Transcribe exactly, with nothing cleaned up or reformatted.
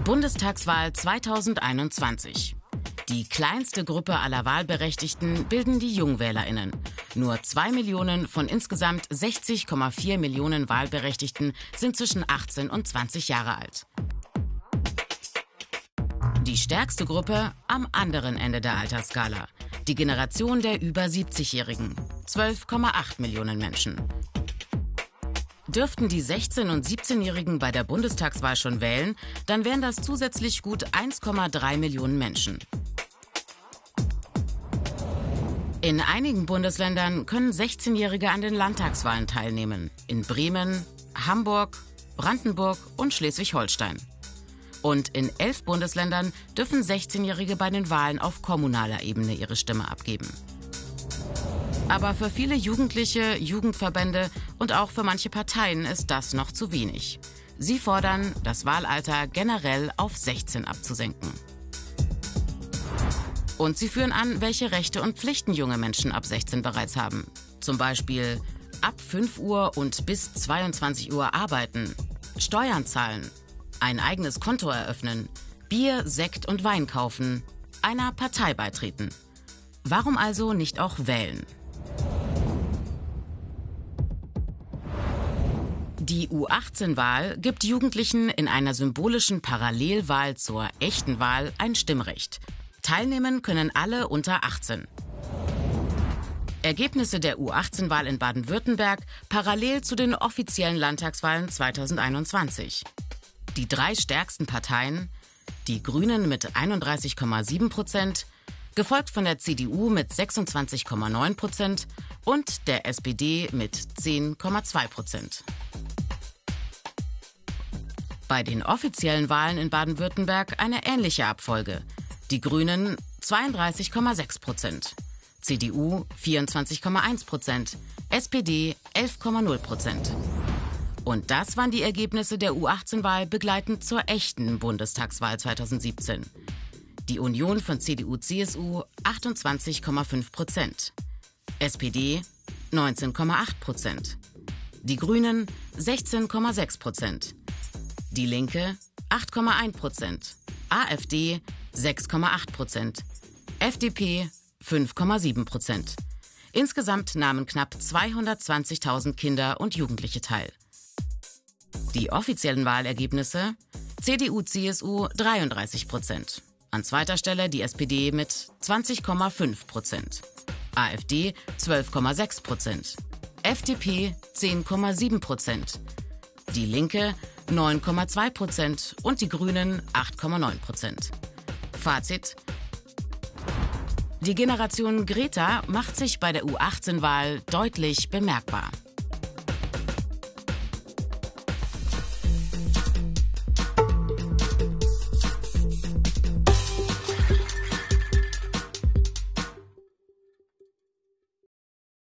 Bundestagswahl zweitausendeinundzwanzig. Die kleinste Gruppe aller Wahlberechtigten bilden die JungwählerInnen. Nur zwei Millionen von insgesamt sechzig Komma vier Millionen Wahlberechtigten sind zwischen achtzehn und zwanzig Jahre alt. Die stärkste Gruppe am anderen Ende der Altersskala. Die Generation der über siebzigjährigen. zwölf Komma acht Millionen Menschen. Dürften die sechzehn- und siebzehnjährigen bei der Bundestagswahl schon wählen, dann wären das zusätzlich gut eins Komma drei Millionen Menschen. In einigen Bundesländern können sechzehnjährige an den Landtagswahlen teilnehmen. In Bremen, Hamburg, Brandenburg und Schleswig-Holstein. Und in elf Bundesländern dürfen sechzehnjährige bei den Wahlen auf kommunaler Ebene ihre Stimme abgeben. Aber für viele Jugendliche, Jugendverbände und auch für manche Parteien ist das noch zu wenig. Sie fordern, das Wahlalter generell auf sechzehn abzusenken. Und sie führen an, welche Rechte und Pflichten junge Menschen ab sechzehn bereits haben. Zum Beispiel ab fünf Uhr und bis zweiundzwanzig Uhr arbeiten, Steuern zahlen, ein eigenes Konto eröffnen, Bier, Sekt und Wein kaufen, einer Partei beitreten. Warum also nicht auch wählen? Die U achtzehn Wahl gibt Jugendlichen in einer symbolischen Parallelwahl zur echten Wahl ein Stimmrecht. Teilnehmen können alle unter achtzehn. Ergebnisse der U achtzehn Wahl in Baden-Württemberg parallel zu den offiziellen Landtagswahlen zweitausendeinundzwanzig. Die drei stärksten Parteien, die Grünen mit einunddreißig Komma sieben Prozent, gefolgt von der C D U mit sechsundzwanzig Komma neun Prozent und der S P D mit zehn Komma zwei Prozent. Bei den offiziellen Wahlen in Baden-Württemberg eine ähnliche Abfolge. Die Grünen zweiunddreißig Komma sechs Prozent, C D U vierundzwanzig Komma eins Prozent, S P D elf Komma null Prozent. Und das waren die Ergebnisse der U achtzehn Wahl begleitend zur echten Bundestagswahl zweitausendsiebzehn. Die Union von C D U C S U achtundzwanzig Komma fünf Prozent, S P D neunzehn Komma acht Prozent, die Grünen sechzehn Komma sechs Prozent, die Linke acht Komma eins Prozent, AfD sechs Komma acht Prozent, F D P fünf Komma sieben Prozent. Insgesamt nahmen knapp zweihundertzwanzigtausend Kinder und Jugendliche teil. Die offiziellen Wahlergebnisse: C D U C S U dreiunddreißig Prozent, an zweiter Stelle die S P D mit zwanzig Komma fünf Prozent, AfD zwölf Komma sechs Prozent, F D P zehn Komma sieben Prozent, die Linke neun Komma zwei Prozent und die Grünen acht Komma neun Prozent. Fazit: Die Generation Greta macht sich bei der U achtzehn Wahl deutlich bemerkbar.